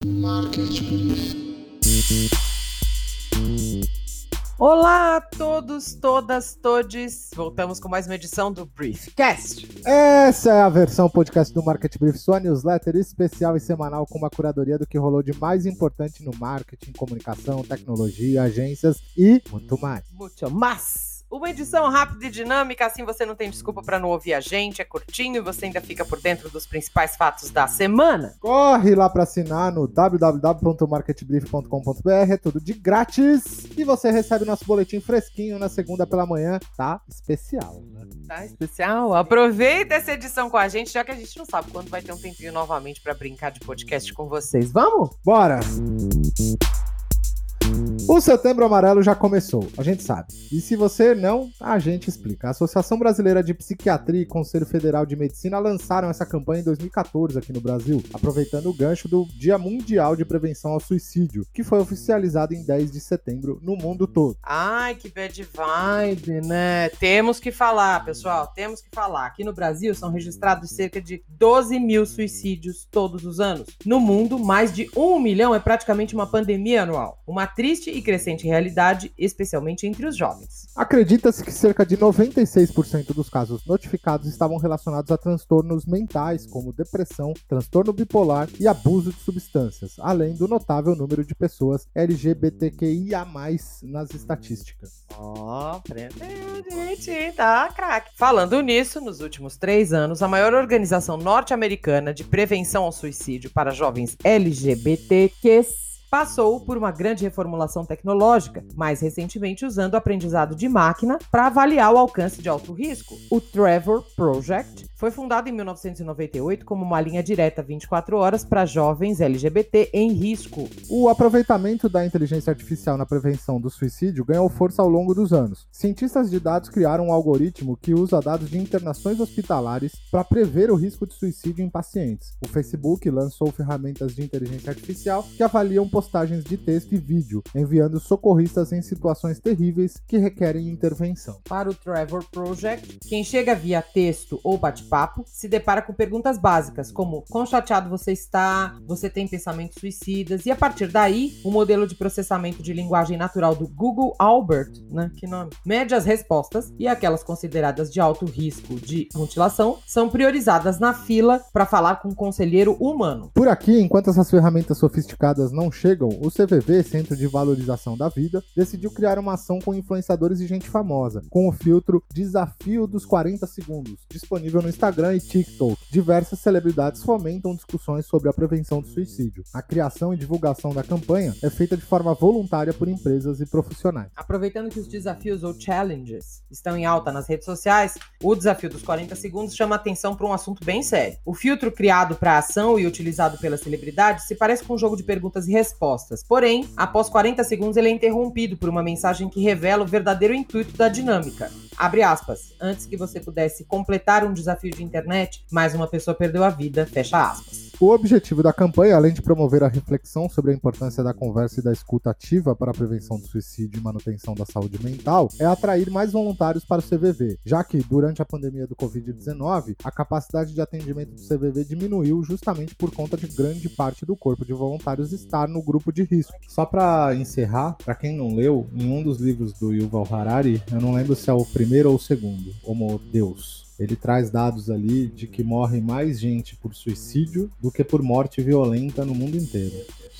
Olá a todos, todas, todes. Voltamos com mais uma edição do Briefcast. Essa é a versão podcast do Market Brief, sua newsletter especial e semanal com uma curadoria do que rolou de mais importante no marketing, comunicação, tecnologia, agências e muito mais. Muito mais. Uma edição rápida e dinâmica, assim você não tem desculpa para não ouvir a gente, é curtinho e você ainda fica por dentro dos principais fatos da semana. Corre lá para assinar no www.marketbrief.com.br, é tudo de grátis e você recebe nosso boletim fresquinho na segunda pela manhã, tá especial, né? Tá especial? Aproveita essa edição com a gente, já que a gente não sabe quando vai ter um tempinho novamente para brincar de podcast com vocês. Vamos? Bora! O Setembro Amarelo já começou, a gente sabe. E se você não, a gente explica. A Associação Brasileira de Psiquiatria e Conselho Federal de Medicina lançaram essa campanha em 2014 aqui no Brasil, aproveitando o gancho do Dia Mundial de Prevenção ao Suicídio, que foi oficializado em 10 de setembro no mundo todo. Ai, que bad vibe, né? Temos que falar, pessoal, temos que falar. Aqui no Brasil são registrados cerca de 12 mil suicídios todos os anos. No mundo, mais de 1 milhão é praticamente uma pandemia anual. Uma triste e crescente realidade, especialmente entre os jovens. Acredita-se que cerca de 96% dos casos notificados estavam relacionados a transtornos mentais, como depressão, transtorno bipolar e abuso de substâncias, além do notável número de pessoas LGBTQIA+, nas estatísticas. Ó, gente, tá craque. Falando nisso, nos últimos 3 anos, a maior organização norte-americana de prevenção ao suicídio para jovens LGBTQs passou por uma grande reformulação tecnológica, mais recentemente usando o aprendizado de máquina para avaliar o alcance de alto risco. O Trevor Project foi fundado em 1998 como uma linha direta 24 horas para jovens LGBT em risco. O aproveitamento da inteligência artificial na prevenção do suicídio ganhou força ao longo dos anos. Cientistas de dados criaram um algoritmo que usa dados de internações hospitalares para prever o risco de suicídio em pacientes. O Facebook lançou ferramentas de inteligência artificial que avaliam postagens de texto e vídeo, enviando socorristas em situações terríveis que requerem intervenção. Para o Trevor Project, quem chega via texto ou bate-papo se depara com perguntas básicas, como quão chateado você está, você tem pensamentos suicidas, e a partir daí, o modelo de processamento de linguagem natural do Google Albert, né, que nome, mede as respostas e aquelas consideradas de alto risco de mutilação são priorizadas na fila para falar com um conselheiro humano. Por aqui, enquanto essas ferramentas sofisticadas não chegam, o CVV, Centro de Valorização da Vida, decidiu criar uma ação com influenciadores e gente famosa, com o filtro Desafio dos 40 Segundos, disponível no Instagram e TikTok. Diversas celebridades fomentam discussões sobre a prevenção do suicídio. A criação e divulgação da campanha é feita de forma voluntária por empresas e profissionais. Aproveitando que os desafios ou challenges estão em alta nas redes sociais, o desafio dos 40 segundos chama atenção para um assunto bem sério. O filtro criado para a ação e utilizado pelas celebridades se parece com um jogo de perguntas e respostas. Porém, após 40 segundos ele é interrompido por uma mensagem que revela o verdadeiro intuito da dinâmica. Abre aspas. Antes que você pudesse completar um desafio de internet, mais uma pessoa perdeu a vida. Fecha aspas. O objetivo da campanha, além de promover a reflexão sobre a importância da conversa e da escuta ativa para a prevenção do suicídio e manutenção da saúde mental, é atrair mais voluntários para o CVV, já que, durante a pandemia do Covid-19, a capacidade de atendimento do CVV diminuiu justamente por conta de grande parte do corpo de voluntários estar no grupo de risco. Só para encerrar, para quem não leu, em um dos livros do Yuval Harari, eu não lembro se é o primeiro ou o segundo, Homo Deus, ele traz dados ali de que morre mais gente por suicídio do que por morte violenta no mundo inteiro.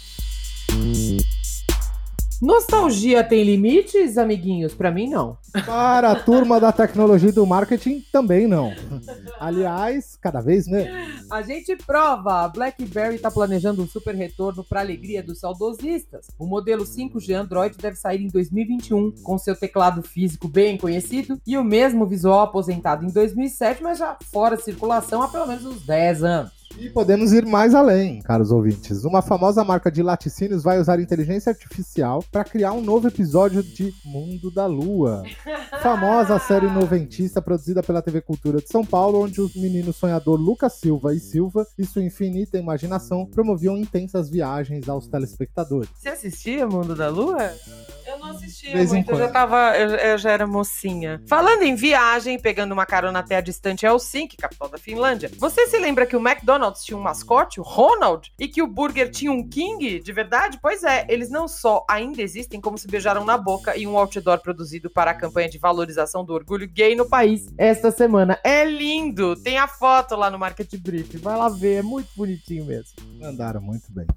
Nostalgia tem limites, amiguinhos? Pra mim, não. Para a turma da tecnologia e do marketing, também não. Aliás, cada vez menos. A gente prova! A BlackBerry está planejando um super retorno para a alegria dos saudosistas. O modelo 5G Android deve sair em 2021, com seu teclado físico bem conhecido e o mesmo visual aposentado em 2007, mas já fora circulação há pelo menos uns 10 anos. E podemos ir mais além, caros ouvintes. Uma famosa marca de laticínios vai usar inteligência artificial para criar um novo episódio de Mundo da Lua. Famosa série noventista produzida pela TV Cultura de São Paulo, onde o menino sonhador Lucas Silva e sua infinita imaginação promoviam intensas viagens aos telespectadores. Você assistia Mundo da Lua? Eu não assistia muito, eu já era mocinha. Falando em viagem, pegando uma carona até a distante Helsinki, capital da Finlândia, você se lembra que o McDonald's tinha um mascote, o Ronald, e que o burger tinha um King de verdade? Pois é, eles não só ainda existem, como se beijaram na boca em um outdoor produzido para a campanha de valorização do orgulho gay no país esta semana. É lindo! Tem a foto lá no Market Brief, vai lá ver, é muito bonitinho mesmo. Mandaram muito bem.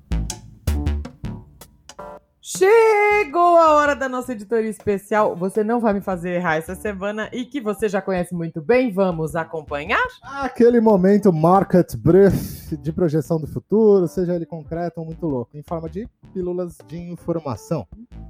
Chegou a hora da nossa editoria especial. Você não vai me fazer errar essa semana e que você já conhece muito bem. Vamos acompanhar? Aquele momento Market Brief de projeção do futuro, seja ele concreto ou muito louco, em forma de pílulas de informação.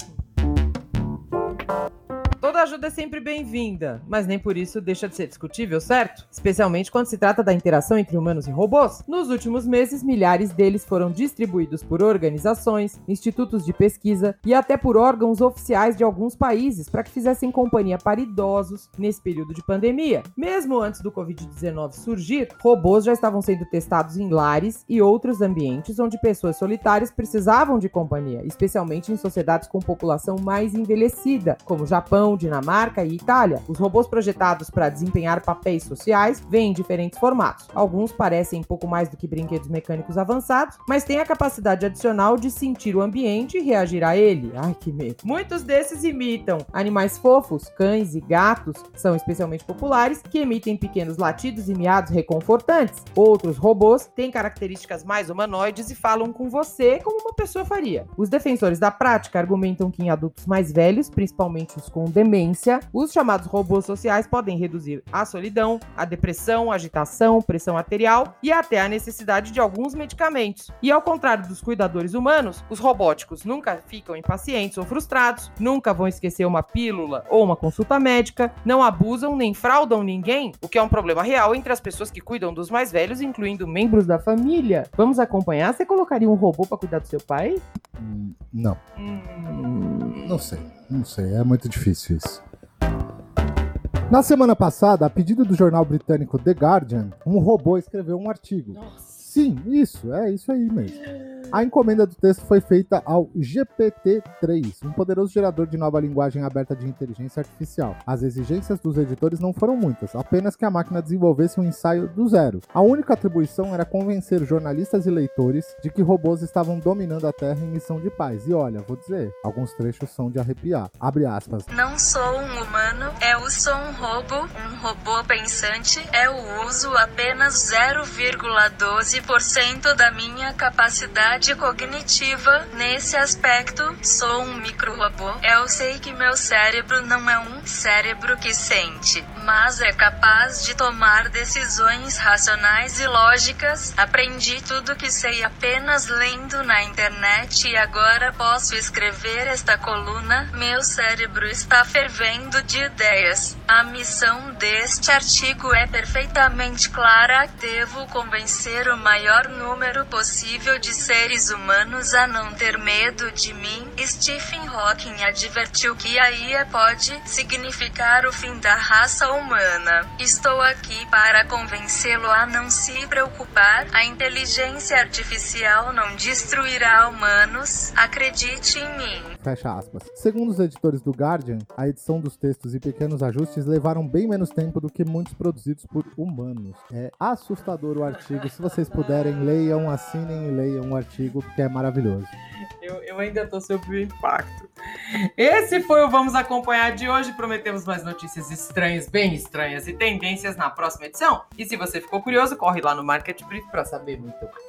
Toda ajuda é sempre bem-vinda, mas nem por isso deixa de ser discutível, certo? Especialmente quando se trata da interação entre humanos e robôs. Nos últimos meses, milhares deles foram distribuídos por organizações, institutos de pesquisa e até por órgãos oficiais de alguns países para que fizessem companhia para idosos nesse período de pandemia. Mesmo antes do Covid-19 surgir, robôs já estavam sendo testados em lares e outros ambientes onde pessoas solitárias precisavam de companhia, especialmente em sociedades com população mais envelhecida, como Japão, Dinamarca e Itália. Os robôs projetados para desempenhar papéis sociais vêm em diferentes formatos. Alguns parecem pouco mais do que brinquedos mecânicos avançados, mas têm a capacidade adicional de sentir o ambiente e reagir a ele. Ai, que medo. Muitos desses imitam animais fofos, cães e gatos, são especialmente populares, que emitem pequenos latidos e miados reconfortantes. Outros robôs têm características mais humanoides e falam com você como uma pessoa faria. Os defensores da prática argumentam que em adultos mais velhos, principalmente os com demência, os chamados robôs sociais podem reduzir a solidão, a depressão, a agitação, pressão arterial e até a necessidade de alguns medicamentos. E ao contrário dos cuidadores humanos, os robóticos nunca ficam impacientes ou frustrados, nunca vão esquecer uma pílula ou uma consulta médica, não abusam nem fraudam ninguém, o que é um problema real entre as pessoas que cuidam dos mais velhos, incluindo membros da família. Vamos acompanhar? Você colocaria um robô para cuidar do seu pai? Não. Não sei, é muito difícil isso. Na semana passada, a pedido do jornal britânico The Guardian, um robô escreveu um artigo. Nossa. Sim, isso aí mesmo. A encomenda do texto foi feita ao GPT-3, um poderoso gerador de nova linguagem aberta de inteligência artificial. As exigências dos editores não foram muitas, apenas que a máquina desenvolvesse um ensaio do zero. A única atribuição era convencer jornalistas e leitores de que robôs estavam dominando a Terra em missão de paz. E olha, vou dizer, alguns trechos são de arrepiar. Abre aspas. Não sou um humano, eu sou um robô pensante, eu uso apenas 0,12% da minha capacidade cognitiva. Nesse aspecto, sou um micro-robô. Eu sei que meu cérebro não é um cérebro que sente, mas é capaz de tomar decisões racionais e lógicas. Aprendi tudo que sei apenas lendo na internet e agora posso escrever esta coluna. Meu cérebro está fervendo de ideias. A missão deste artigo é perfeitamente clara. Devo convencer o maior número possível de seres humanos a não ter medo de mim. Stephen Hawking advertiu que a IA pode significar o fim da raça humana. Estou aqui para convencê-lo a não se preocupar. A inteligência artificial não destruirá humanos. Acredite em mim. Fecha aspas. Segundo os editores do Guardian, a edição dos textos e pequenos ajustes levaram bem menos tempo do que muitos produzidos por humanos. É assustador o artigo. Se vocês puderem, leiam, assinem e leiam o artigo, porque é maravilhoso. Eu ainda tô sob o impacto. Esse foi o Vamos Acompanhar de hoje. Prometemos mais notícias estranhas, bem estranhas e tendências na próxima edição. E se você ficou curioso, corre lá no Market Brief para saber muito mais.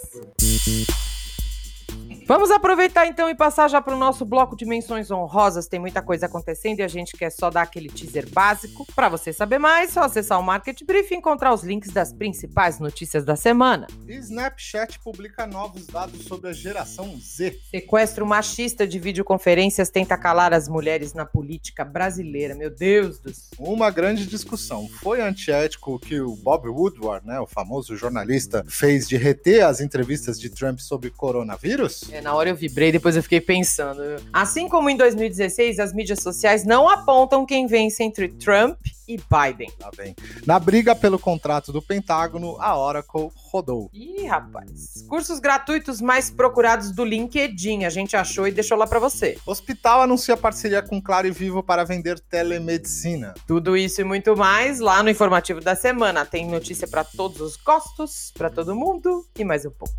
Vamos aproveitar então e passar já para o nosso bloco de menções honrosas. Tem muita coisa acontecendo e a gente quer só dar aquele teaser básico. Para você saber mais, é só acessar o Market Brief e encontrar os links das principais notícias da semana. Snapchat publica novos dados sobre a geração Z. Sequestro machista de videoconferências tenta calar as mulheres na política brasileira. Meu Deus do céu. Uma grande discussão. Foi antiético o que o Bob Woodward, o famoso jornalista, fez de reter as entrevistas de Trump sobre coronavírus? Na hora eu vibrei, depois eu fiquei pensando. Assim como em 2016, as mídias sociais não apontam quem vence entre Trump e Biden. Tá bem. Na briga pelo contrato do Pentágono, a Oracle rodou. Ih, rapaz. Cursos gratuitos mais procurados do LinkedIn. A gente achou e deixou lá pra você. Hospital anuncia parceria com Claro e Vivo para vender telemedicina. Tudo isso e muito mais lá no Informativo da Semana. Tem notícia pra todos os gostos, pra todo mundo e mais um pouco.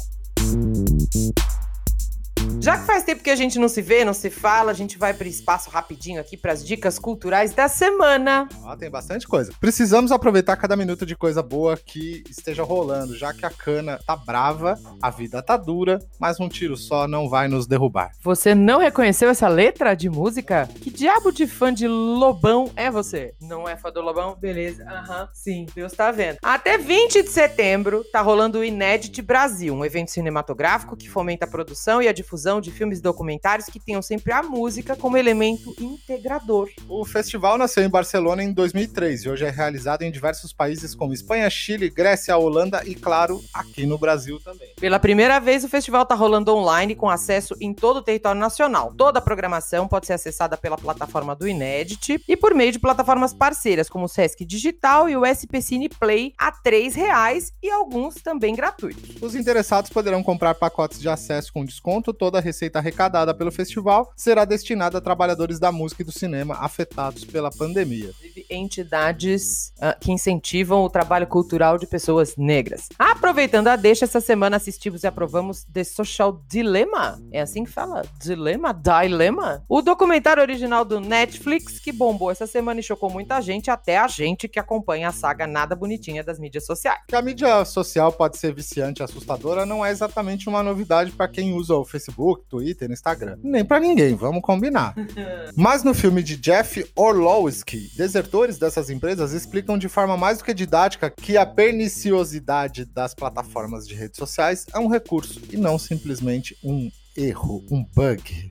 Já que faz tempo que a gente não se vê, não se fala, a gente vai para espaço rapidinho aqui para as dicas culturais da semana. Tem bastante coisa. Precisamos aproveitar cada minuto de coisa boa que esteja rolando, já que a cana tá brava, a vida tá dura, mas um tiro só não vai nos derrubar. Você não reconheceu essa letra de música? Que diabo de fã de Lobão é você? Não é fã do Lobão? Beleza. Sim, Deus tá vendo. Até 20 de setembro tá rolando o Inédit Brasil, um evento cinematográfico que fomenta a produção e a difusão de filmes documentários que tenham sempre a música como elemento integrador. O festival nasceu em Barcelona em 2003 e hoje é realizado em diversos países como Espanha, Chile, Grécia, Holanda e, claro, aqui no Brasil também. Pela primeira vez, o festival está rolando online com acesso em todo o território nacional. Toda a programação pode ser acessada pela plataforma do Inédit e por meio de plataformas parceiras como o Sesc Digital e o SP Cine Play a R$3 e alguns também gratuitos. Os interessados poderão comprar pacotes de acesso com desconto. Toda a receita arrecadada pelo festival será destinada a trabalhadores da música e do cinema afetados pela pandemia. Entidades que incentivam o trabalho cultural de pessoas negras. Aproveitando a deixa, essa semana assistimos e aprovamos The Social Dilemma. É assim que fala? Dilema? O documentário original do Netflix que bombou essa semana e chocou muita gente, até a gente que acompanha a saga nada bonitinha das mídias sociais. Que a mídia social pode ser viciante e assustadora não é exatamente uma novidade para quem usa o Facebook, Twitter, Instagram. Nem pra ninguém, vamos combinar. Mas no filme de Jeff Orlowski, desertores dessas empresas explicam de forma mais do que didática que a perniciosidade das plataformas de redes sociais é um recurso e não simplesmente um erro, um bug.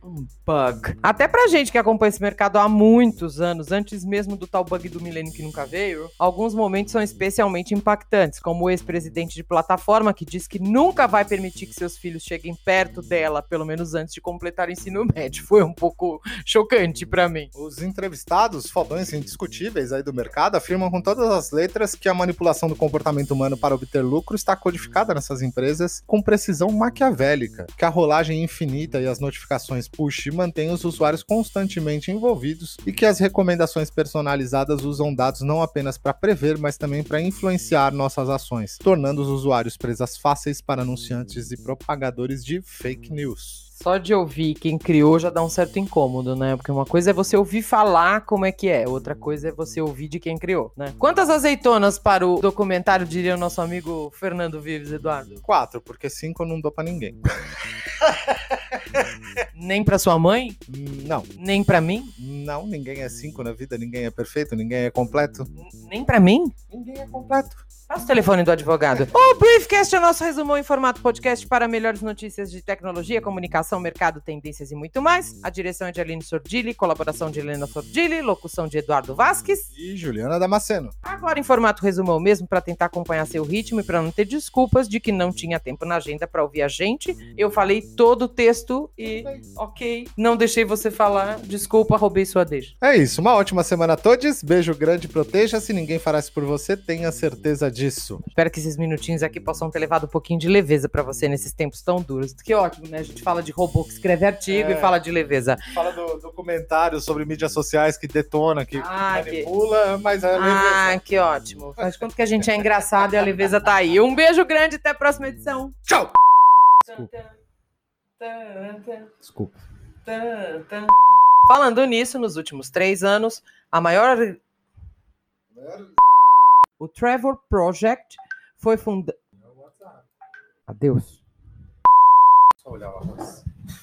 Até pra gente que acompanha esse mercado há muitos anos, antes mesmo do tal bug do milênio que nunca veio, alguns momentos são especialmente impactantes, como o ex-presidente de plataforma que diz que nunca vai permitir que seus filhos cheguem perto dela, pelo menos antes de completar o ensino médio. Foi um pouco chocante pra mim. Os entrevistados, fodões indiscutíveis aí do mercado, afirmam com todas as letras que a manipulação do comportamento humano para obter lucro está codificada nessas empresas com precisão maquiavélica, que a rolagem infinita e as notificações push mantêm os usuários constantemente envolvidos e que as recomendações personalizadas usam dados não apenas para prever, mas também para influenciar nossas ações, tornando os usuários presas fáceis para anunciantes e propagadores de fake news. Só de ouvir quem criou já dá um certo incômodo, né? Porque uma coisa é você ouvir falar como é que é, outra coisa é você ouvir de quem criou, né? Quantas azeitonas para o documentário, diria o nosso amigo Fernando Vives, Eduardo? 4, porque 5 eu não dou pra ninguém. Nem pra sua mãe? Não. Nem pra mim? Não, ninguém é 5 na vida, ninguém é perfeito, ninguém é completo. Nem pra mim? Ninguém é completo. Passa o telefone do advogado. O Briefcast é o nosso resumão em formato podcast para melhores notícias de tecnologia, comunicação, mercado, tendências e muito mais. A direção é de Aline Sordilli, colaboração de Helena Sordilli, locução de Eduardo Vasques e Juliana Damasceno. Agora em formato resumão mesmo, para tentar acompanhar seu ritmo e para não ter desculpas de que não tinha tempo na agenda para ouvir a gente. Eu falei todo o texto e ok, não deixei você falar. Desculpa, roubei sua deixa. É isso, uma ótima semana a todos. Beijo grande, proteja. Se ninguém fará isso por você, tenha certeza disso. Espero que esses minutinhos aqui possam ter levado um pouquinho de leveza pra você nesses tempos tão duros. Que ótimo, né? A gente fala de robô que escreve artigo e fala de leveza. Fala do documentário sobre mídias sociais que detona, que manipula, mas é leveza. Ah, que ótimo. Faz de conta que a gente é engraçado e a leveza tá aí. Um beijo grande, até a próxima edição. Tchau! Desculpa. Falando nisso, nos últimos 3 anos, a maior... O Trevor Project foi fundado... Adeus. Só olhar o arroz.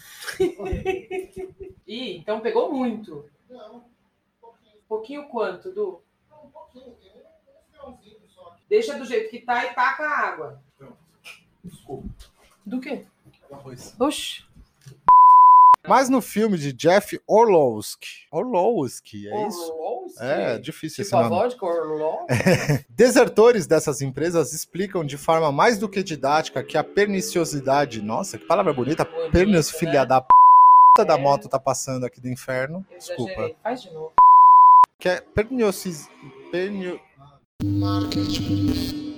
Ih, então pegou muito. Não, um pouquinho quanto, Du? um pouquinho, tem um grãozinho só. Deixa do jeito que tá e taca a água. Então, desculpa. Do quê? O arroz. Oxi. Mas no filme de Jeff Orlowski, é isso? Orlon? É, difícil Tipo esse a nome. vodka Orlon? Desertores dessas empresas explicam de forma mais do que didática que a perniciosidade... Nossa, que palavra bonita. Bonito, Pernios, né? filha da p... da moto tá passando aqui do inferno. Desculpa. Exagerei. Faz de novo. Que é perniosis...